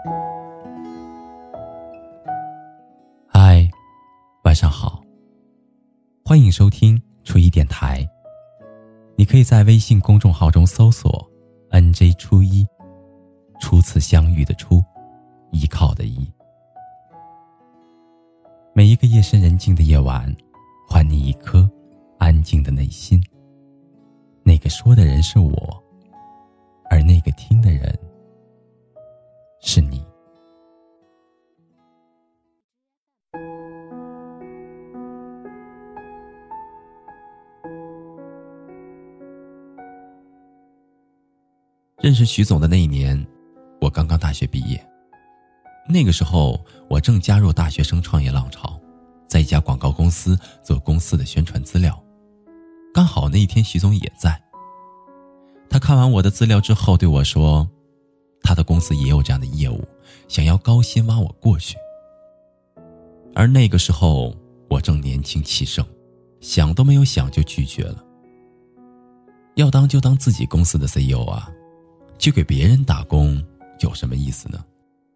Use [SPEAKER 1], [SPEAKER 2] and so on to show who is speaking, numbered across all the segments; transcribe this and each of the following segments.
[SPEAKER 1] 嗨，晚上好，欢迎收听初一电台。你可以在微信公众号中搜索 NJ 初一，初次相遇的初，依靠的依。每一个夜深人静的夜晚，还你一颗安静的内心。那个说的人是我，而那个听的人是你。认识徐总的那一年，我刚刚大学毕业。那个时候，我正加入大学生创业浪潮，在一家广告公司做公司的宣传资料。刚好那一天徐总也在。他看完我的资料之后对我说，他的公司也有这样的业务，想要高薪挖我过去。而那个时候，我正年轻气盛，想都没有想就拒绝了。要当就当自己公司的 CEO 啊，去给别人打工有什么意思呢？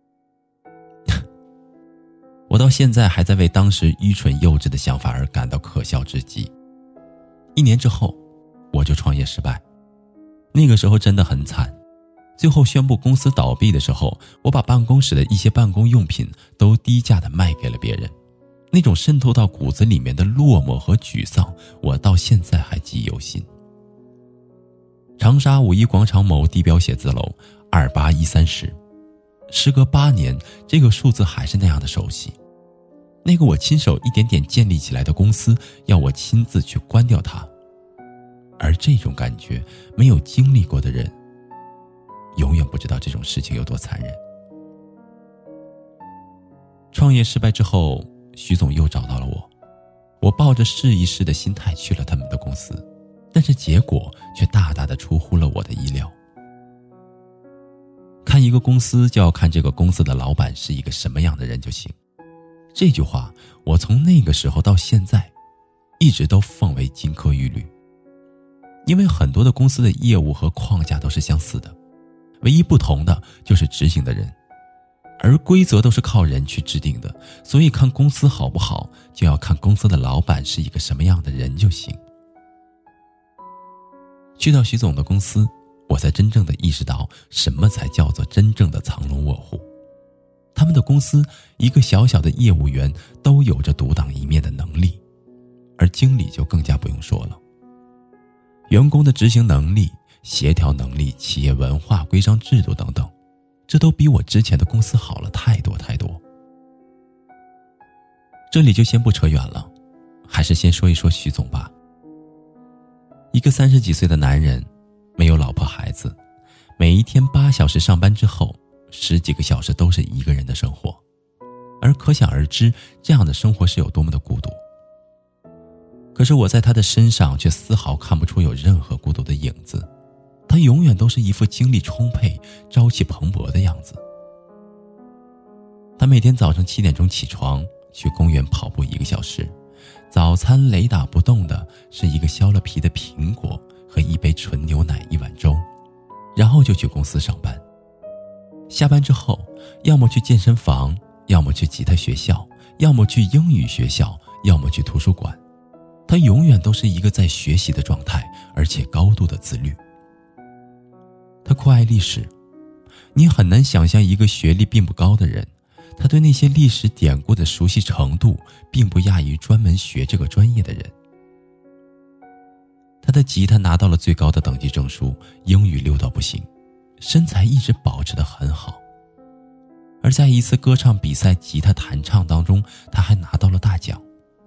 [SPEAKER 1] 我到现在还在为当时愚蠢幼稚的想法而感到可笑至极。1年之后，我就创业失败。那个时候真的很惨，最后宣布公司倒闭的时候，我把办公室的一些办公用品都低价的卖给了别人。那种渗透到骨子里面的落寞和沮丧，我到现在还记忆犹新。长沙5·1广场某地标写字楼28130，时隔8年，这个数字还是那样的熟悉。那个我亲手一点点建立起来的公司，要我亲自去关掉它。而这种感觉，没有经历过的人，永远不知道这种事情有多残忍。创业失败之后，徐总又找到了我，我抱着试一试的心态去了他们的公司，但是结果却大大的出乎了我的意料。看一个公司就要看这个公司的老板是一个什么样的人就行。这句话我从那个时候到现在一直都奉为金科玉律。因为很多的公司的业务和框架都是相似的，唯一不同的就是执行的人，而规则都是靠人去制定的，所以看公司好不好，就要看公司的老板是一个什么样的人就行。去到徐总的公司，我才真正的意识到什么才叫做真正的藏龙卧虎。他们的公司一个小小的业务员都有着独当一面的能力，而经理就更加不用说了。员工的执行能力、协调能力、企业文化、规章制度等等，这都比我之前的公司好了太多太多。这里就先不扯远了，还是先说一说徐总吧。一个30几岁的男人，没有老婆孩子，每一天8小时上班之后，10几个小时都是一个人的生活，而可想而知，这样的生活是有多么的孤独。可是我在他的身上却丝毫看不出有任何孤独的影子，他永远都是一副精力充沛、朝气蓬勃的样子。他每天早上7点钟起床，去公园跑步1个小时，早餐雷打不动的是一个削了皮的苹果和一杯纯牛奶1碗粥，然后就去公司上班。下班之后，要么去健身房，要么去吉他学校，要么去英语学校，要么去图书馆。他永远都是一个在学习的状态，而且高度的自律。他酷爱历史，你很难想象一个学历并不高的人，他对那些历史典故的熟悉程度并不亚于专门学这个专业的人。他的吉他拿到了最高的等级证书，英语溜到不行，身材一直保持得很好。而在一次歌唱比赛吉他弹唱当中，他还拿到了大奖。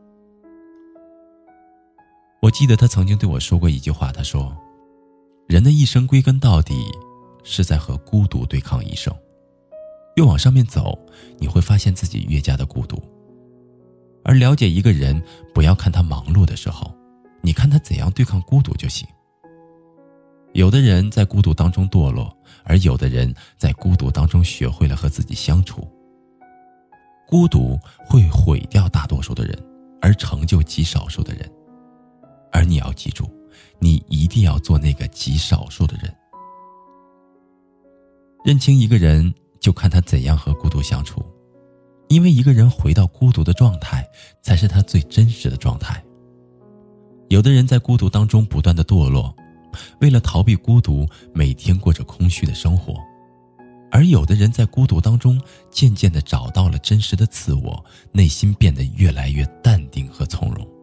[SPEAKER 1] 我记得他曾经对我说过一句话，他说，人的一生归根到底是在和孤独对抗一生，越往上面走，你会发现自己越加的孤独。而了解一个人，不要看他忙碌的时候，你看他怎样对抗孤独就行。有的人在孤独当中堕落，而有的人在孤独当中学会了和自己相处。孤独会毁掉大多数的人，而成就极少数的人。而你要记住，你一定要做那个极少数的人。认清一个人， 就看他怎样和孤独相处。因为一个人回到孤独的状态，才是他最真实的状态。有的人在孤独当中不断的堕落，为了逃避孤独，每天过着空虚的生活。而有的人在孤独当中渐渐地找到了真实的自我，内心变得越来越淡定和从容。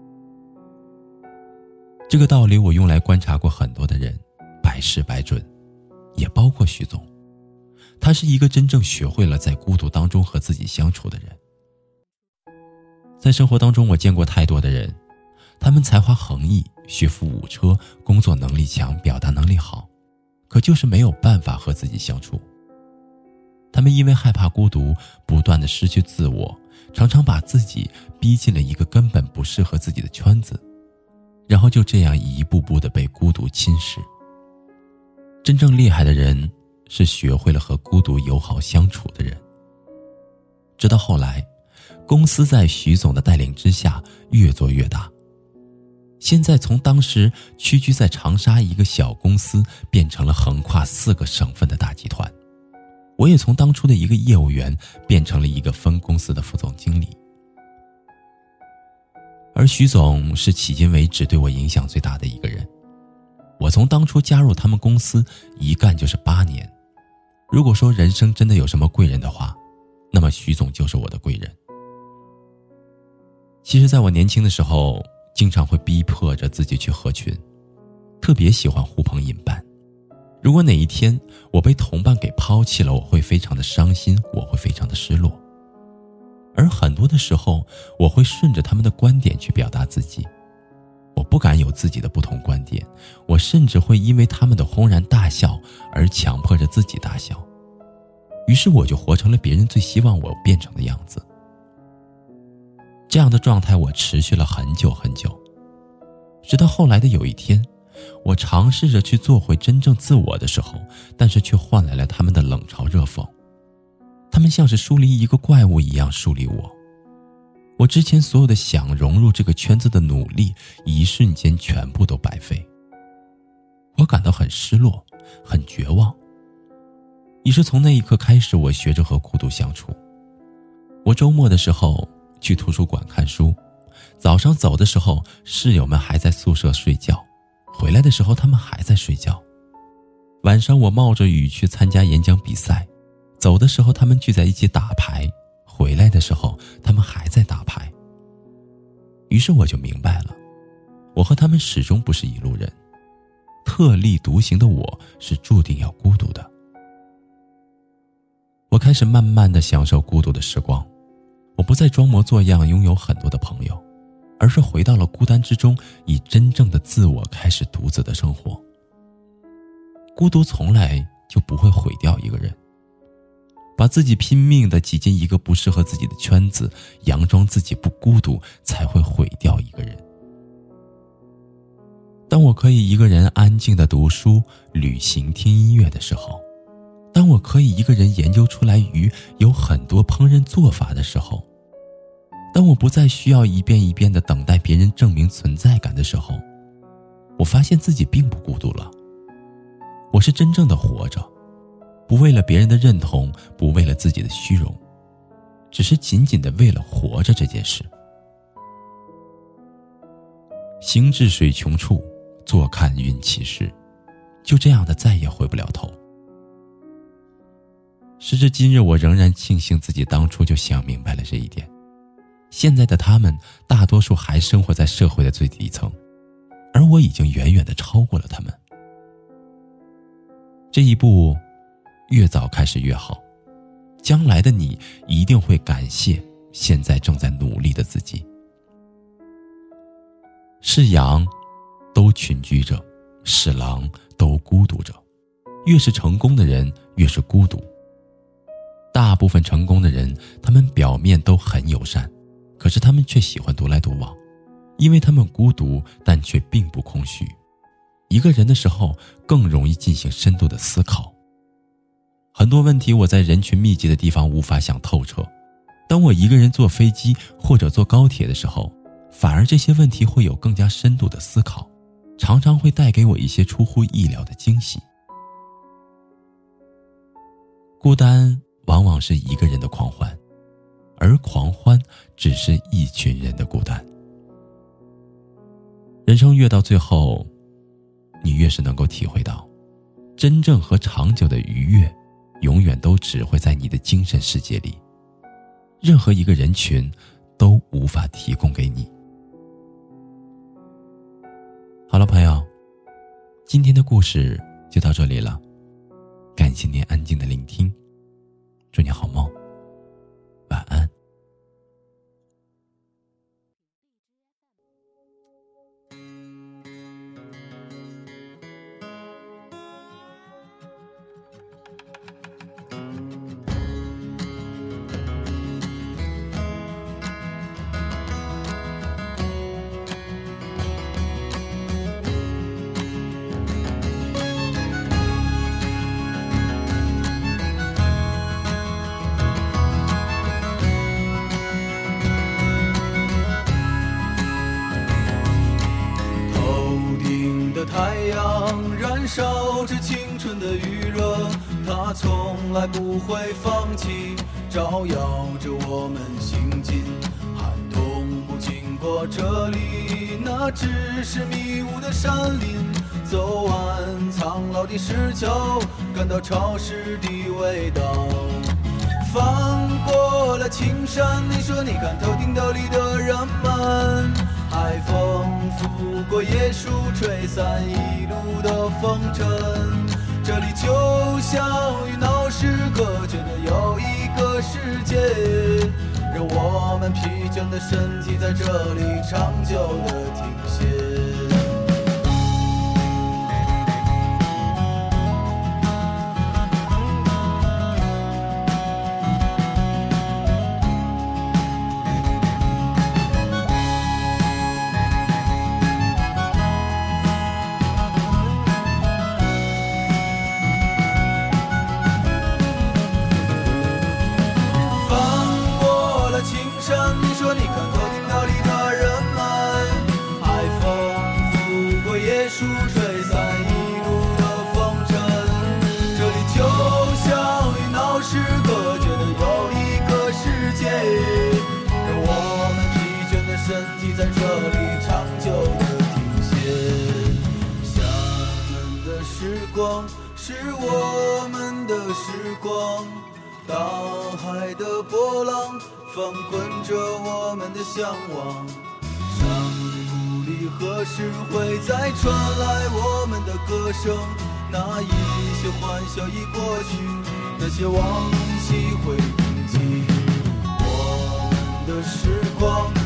[SPEAKER 1] 这个道理我用来观察过很多的人，百试百准，也包括徐总。他是一个真正学会了在孤独当中和自己相处的人。在生活当中，我见过太多的人，他们才华横溢，学富五车，工作能力强，表达能力好，可就是没有办法和自己相处。他们因为害怕孤独，不断地失去自我，常常把自己逼进了一个根本不适合自己的圈子，然后就这样一步步地被孤独侵蚀。真正厉害的人是学会了和孤独友好相处的人。直到后来，公司在徐总的带领之下越做越大，现在从当时屈居在长沙一个小公司，变成了横跨4个省份的大集团。我也从当初的一个业务员变成了一个分公司的副总经理。而徐总是迄今为止对我影响最大的一个人。我从当初加入他们公司一干就是8年。如果说人生真的有什么贵人的话，那么徐总就是我的贵人。其实在我年轻的时候，经常会逼迫着自己去合群，特别喜欢呼朋引伴。如果哪一天我被同伴给抛弃了，我会非常的伤心，我会非常的失落。而很多的时候，我会顺着他们的观点去表达自己。我不敢有自己的不同观点，我甚至会因为他们的轰然大笑而强迫着自己大笑。于是我就活成了别人最希望我变成的样子。这样的状态我持续了很久很久，直到后来的有一天，我尝试着去做回真正自我的时候，但是却换来了他们的冷嘲热讽。他们像是疏离一个怪物一样疏离我。我之前所有的想融入这个圈子的努力，一瞬间全部都白费。我感到很失落，很绝望。也是从那一刻开始，我学着和孤独相处。我周末的时候去图书馆看书，早上走的时候，室友们还在宿舍睡觉，回来的时候他们还在睡觉。晚上我冒着雨去参加演讲比赛，走的时候他们聚在一起打牌，回来的时候他们还在打牌。于是我就明白了，我和他们始终不是一路人，特立独行的我是注定要孤独的。我开始慢慢地享受孤独的时光，我不再装模作样拥有很多的朋友，而是回到了孤单之中，以真正的自我开始独自的生活。孤独从来就不会毁掉一个人，把自己拼命地挤进一个不适合自己的圈子，佯装自己不孤独，才会毁掉一个人。当我可以一个人安静地读书、旅行、听音乐的时候，当我可以一个人研究出来鱼有很多烹饪做法的时候，当我不再需要一遍一遍地等待别人证明存在感的时候，我发现自己并不孤独了。我是真正的活着，不为了别人的认同，不为了自己的虚荣，只是仅仅的为了活着这件事。行至水穷处，坐看云起时，就这样的再也回不了头。时至今日，我仍然庆幸自己当初就想明白了这一点。现在的他们大多数还生活在社会的最底层，而我已经远远地超过了他们。这一步越早开始越好，将来的你一定会感谢现在正在努力的自己。是羊都群居着，是狼都孤独着，越是成功的人越是孤独。大部分成功的人，他们表面都很友善，可是他们却喜欢独来独往，因为他们孤独，但却并不空虚。一个人的时候，更容易进行深度的思考。很多问题我在人群密集的地方无法想透彻，当我一个人坐飞机或者坐高铁的时候，反而这些问题会有更加深度的思考，常常会带给我一些出乎意料的惊喜。 孤单往往是一个人的狂欢，而狂欢只是一群人的孤单。人生越到最后，你越是能够体会到，真正和长久的愉悦永远都只会在你的精神世界里，任何一个人群都无法提供给你。好了朋友，今天的故事就到这里了，感谢您安静的聆听，祝你好梦，晚安。
[SPEAKER 2] 太阳燃烧着青春的余热，它从来不会放弃，照耀着我们行进。寒冬不经过这里，那只是迷雾的山林。走完苍老的石桥，感到潮湿的味道。翻过了青山，你说你看头顶斗笠的人们，海风拂过椰树，吹散一路的风尘。这里就像与闹市隔绝的又一个世界，让我们疲倦的身体在这里长久的停歇。你说你看头顶斗笠的人们，海风拂过椰树，吹散一路的风尘。这里就像与闹市隔绝的又一个世界，让我们疲倦的身体在这里长久的停歇。厦门的时光是我们的时光，大海的波浪翻滚着我们的向往，山谷里何时会再传来我们的歌声？那一些欢笑已过去，那些往昔会铭记。我们的时光